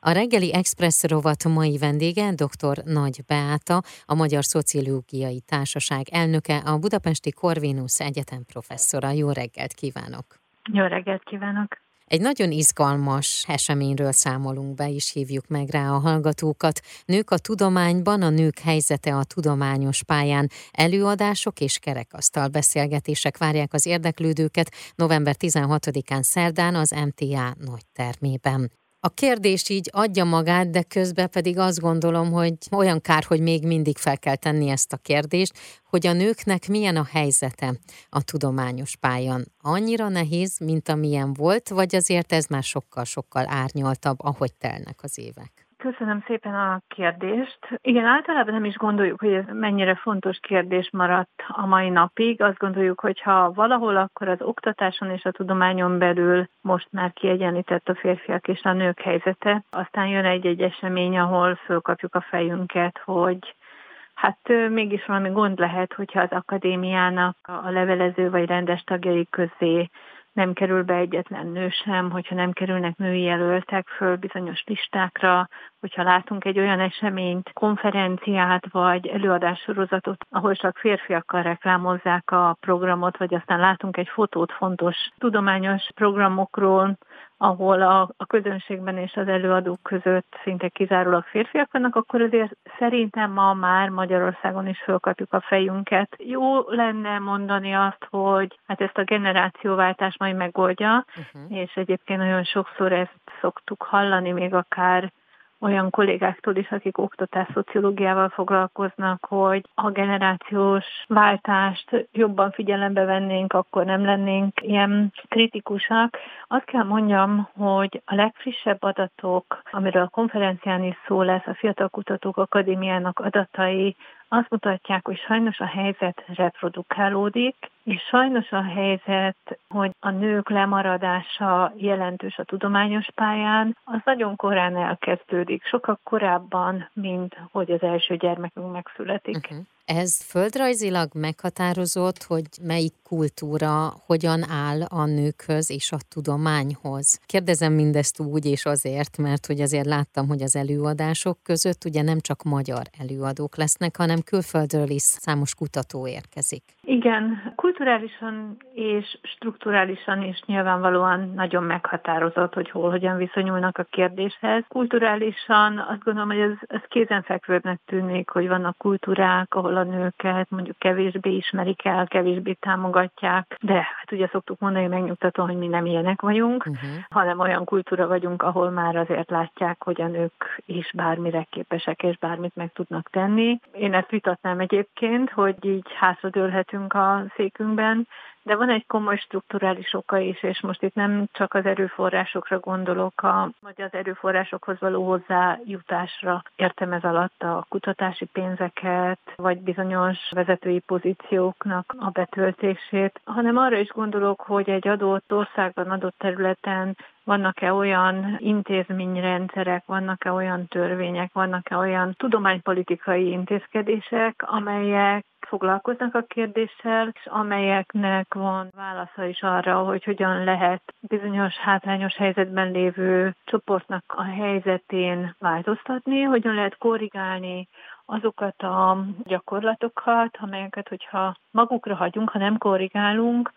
A reggeli Express rovat mai vendége dr. Nagy Beáta, a Magyar Szociológiai Társaság elnöke, a Budapesti Corvinus Egyetem professzora. Jó reggelt kívánok! Jó reggelt kívánok! Egy nagyon izgalmas eseményről számolunk be, és hívjuk meg rá a hallgatókat. Nők a tudományban, a nők helyzete a tudományos pályán. Előadások és kerekasztal beszélgetések várják az érdeklődőket november 16-án szerdán az MTA nagytermében. A kérdés így adja magát, de közben pedig azt gondolom, hogy olyan kár, hogy még mindig fel kell tenni ezt a kérdést, hogy a nőknek milyen a helyzete a tudományos pályán. Annyira nehéz, mint amilyen volt, vagy azért ez már sokkal-sokkal árnyaltabb, ahogy telnek az évek? Köszönöm szépen a kérdést. Igen, általában nem is gondoljuk, hogy ez mennyire fontos kérdés maradt a mai napig. Azt gondoljuk, hogy ha valahol, akkor az oktatáson és a tudományon belül most már kiegyenlített a férfiak és a nők helyzete. Aztán jön egy-egy esemény, ahol fölkapjuk a fejünket, hogy hát mégis valami gond lehet, hogyha az akadémiának a levelező vagy rendes tagjai közé nem kerül be egyetlen nő sem, hogyha nem kerülnek női jelöltek föl bizonyos listákra, hogyha látunk egy olyan eseményt, konferenciát vagy előadássorozatot, ahol csak férfiakkal reklámozzák a programot, vagy aztán látunk egy fotót fontos tudományos programokról, ahol a közönségben és az előadók között szinte kizárólag férfiak vannak, akkor azért szerintem ma már Magyarországon is fölkapjuk a fejünket. Jó lenne mondani azt, hogy hát ezt a generációváltás majd megoldja, és egyébként nagyon sokszor ezt szoktuk hallani, még akár olyan kollégáktól is, akik oktatásszociológiával foglalkoznak, hogy a generációs váltást jobban figyelembe vennénk, akkor nem lennénk ilyen kritikusak. Azt kell mondjam, hogy a legfrissebb adatok, amiről a konferencián is szó lesz, a Fiatal Kutatók Akadémiának adatai azt mutatják, hogy sajnos a helyzet reprodukálódik, és sajnos a helyzet, hogy a nők lemaradása jelentős a tudományos pályán, az nagyon korán elkezdődik, sokkal korábban, mint hogy az első gyermekünk megszületik. Ez földrajzilag meghatározott, hogy melyik kultúra hogyan áll a nőkhöz és a tudományhoz? Kérdezem mindezt úgy és azért, mert hogy azért láttam, hogy az előadások között ugye nem csak magyar előadók lesznek, hanem külföldről is számos kutató érkezik. Igen, kulturálisan és strukturálisan is nyilvánvalóan nagyon meghatározott, hogy hogyan viszonyulnak a kérdéshez. Kulturálisan azt gondolom, hogy ez kézenfekvőbbnek tűnik, hogy vannak kultúrák, ahol a nőket mondjuk kevésbé ismerik el, kevésbé támogatják, de hát ugye szoktuk mondani megnyugtató, hogy mi nem ilyenek vagyunk, hanem olyan kultúra vagyunk, ahol már azért látják, hogy a nők is bármire képesek és bármit meg tudnak tenni. Én ezt vitatnám egyébként, hogy így hátradőlhetünk a székünkben, de van egy komoly strukturális oka is, és most itt nem csak az erőforrásokra gondolok, vagy az erőforrásokhoz való hozzájutásra értem ez alatt a kutatási pénzeket, vagy bizonyos vezetői pozícióknak a betöltését, hanem arra is gondolok, hogy egy adott országban, adott területen vannak-e olyan intézményrendszerek, vannak-e olyan törvények, vannak-e olyan tudománypolitikai intézkedések, amelyek foglalkoznak a kérdéssel, és amelyeknek van válasza is arra, hogy hogyan lehet bizonyos hátrányos helyzetben lévő csoportnak a helyzetén változtatni, hogyan lehet korrigálni azokat a gyakorlatokat, amelyeket, hogyha magukra hagyunk, ha nem korrigálunk,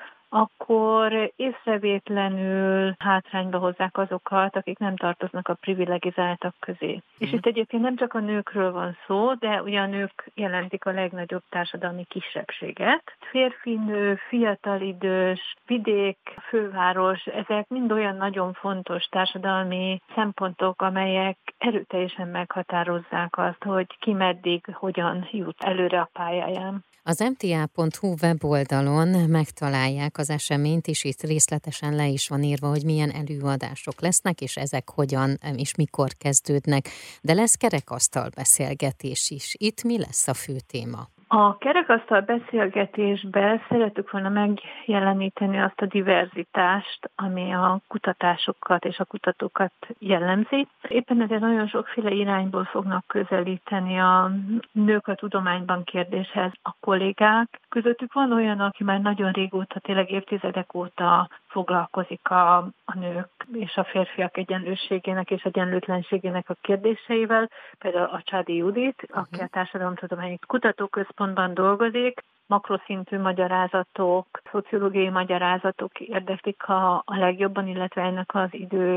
akkor észrevétlenül hátrányba hozzák azokat, akik nem tartoznak a privilegizáltak közé. És itt egyébként nem csak a nőkről van szó, de ugye a nők jelentik a legnagyobb társadalmi kisebbséget. Férfi, nő, fiatal idős, vidék, főváros, ezek mind olyan nagyon fontos társadalmi szempontok, amelyek erőteljesen meghatározzák azt, hogy ki meddig, hogyan jut előre a pályáján. Az mta.hu weboldalon megtalálják az eseményt, és itt részletesen le is van írva, hogy milyen előadások lesznek, és ezek hogyan és mikor kezdődnek. De lesz kerekasztal beszélgetés is. Itt mi lesz a fő téma? A kerekasztal beszélgetésben szeretük volna megjeleníteni azt a diverzitást, ami a kutatásokat és a kutatókat jellemzi. Éppen ezért nagyon sokféle irányból fognak közelíteni a nők a tudományban kérdéshez a kollégák. Közöttük van olyan, aki már nagyon régóta, tényleg évtizedek óta foglalkozik a nők és a férfiak egyenlőségének és egyenlőtlenségének a kérdéseivel. Például a Csádi Judit, aki a Társadalomtudományi Kutatóközpontban dolgozik, makroszintű magyarázatok, szociológiai magyarázatok érdeklik a legjobban, illetve ennek az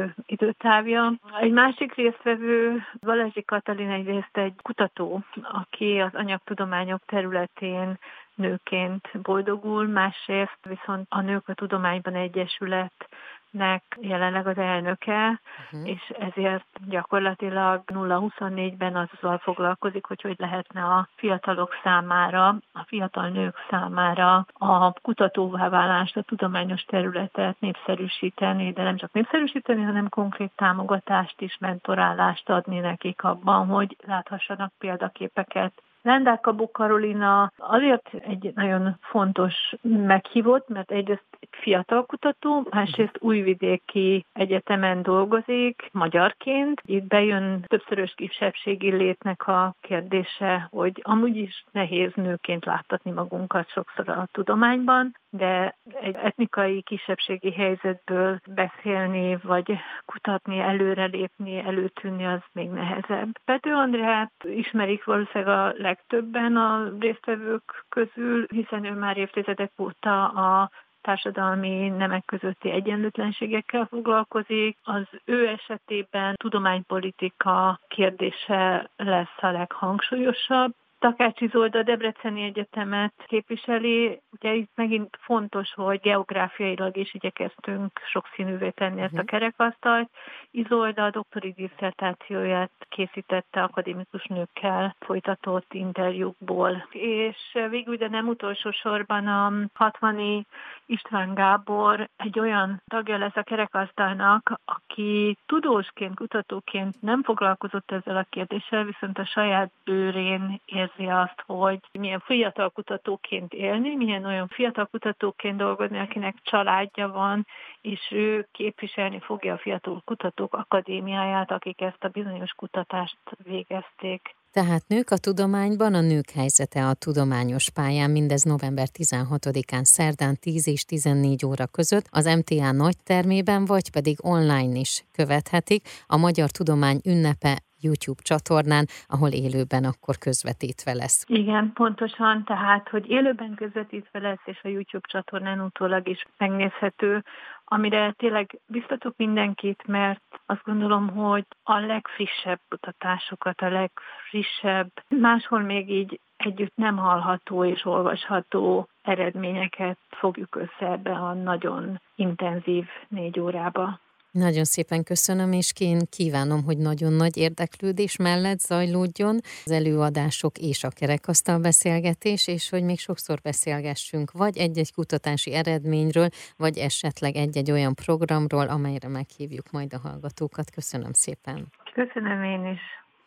időtávja. Egy másik résztvevő, Balázsi Katalin egyrészt egy kutató, aki az anyagtudományok területén nőként boldogul, másrészt viszont a Nők a Tudományban Egyesületnek jelenleg az elnöke, és ezért gyakorlatilag 0-24-ben azzal foglalkozik, hogy lehetne a fiatalok számára, a fiatal nők számára a kutatóvá válást, a tudományos területet népszerűsíteni, de nem csak népszerűsíteni, hanem konkrét támogatást is, mentorálást adni nekik abban, hogy láthassanak példaképeket. Lendákabó Karolina azért egy nagyon fontos meghívott, mert egyrészt egy fiatal kutató, másrészt újvidéki egyetemen dolgozik magyarként. Itt bejön többszörös kisebbségi létnek a kérdése, hogy amúgy is nehéz nőként láttatni magunkat sokszor a tudományban, de egy etnikai kisebbségi helyzetből beszélni, vagy kutatni, előrelépni, előtűnni, az még nehezebb. Pető Andrát ismerik valószínűleg a legtöbben a résztvevők közül, hiszen ő már évtizedek óta a társadalmi nemek közötti egyenlőtlenségekkel foglalkozik. Az ő esetében tudománypolitika kérdése lesz a leghangsúlyosabb. Takács Izolda a Debreceni Egyetemet képviseli. Ugye itt megint fontos, hogy geográfiailag is igyekeztünk sokszínűvé tenni ezt a kerekasztalt. Izolda a doktori disszertációját készítette akadémikus nőkkel folytatott interjúkból. És végül, de nem utolsó sorban a 60-i István Gábor egy olyan tagja lesz a kerekasztalnak, aki tudósként, kutatóként nem foglalkozott ezzel a kérdéssel, viszont a saját bőrén érzi azt, hogy milyen fiatal kutatóként élni, milyen olyan fiatal kutatóként dolgozni, akinek családja van, és ő képviselni fogja a Fiatal Kutatók Akadémiáját, akik ezt a bizonyos kutatást végezték. Tehát Nők a Tudományban, a nők helyzete a tudományos pályán, mindez november 16-án szerdán 10 és 14 óra között az MTA nagytermében, vagy pedig online is követhetik a Magyar Tudomány Ünnepe YouTube csatornán, ahol élőben akkor közvetítve lesz. Igen, pontosan, tehát, hogy élőben közvetítve lesz, és a YouTube csatornán utólag is megnézhető, amire tényleg biztatok mindenkit, mert azt gondolom, hogy a legfrissebb kutatásokat, a legfrissebb, máshol még így együtt nem hallható és olvasható eredményeket fogjuk össze ebbe a nagyon intenzív 4 órába. Nagyon szépen köszönöm, és én kívánom, hogy nagyon nagy érdeklődés mellett zajlódjon az előadások és a kerekasztal beszélgetés, és hogy még sokszor beszélgessünk vagy egy-egy kutatási eredményről, vagy esetleg egy-egy olyan programról, amelyre meghívjuk majd a hallgatókat. Köszönöm szépen. Köszönöm én is.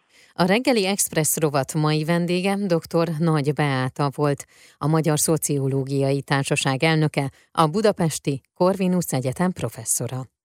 A reggeli Express rovat mai vendége dr. Nagy Beáta volt, a Magyar Szociológiai Társaság elnöke, a Budapesti Corvinus Egyetem professzora.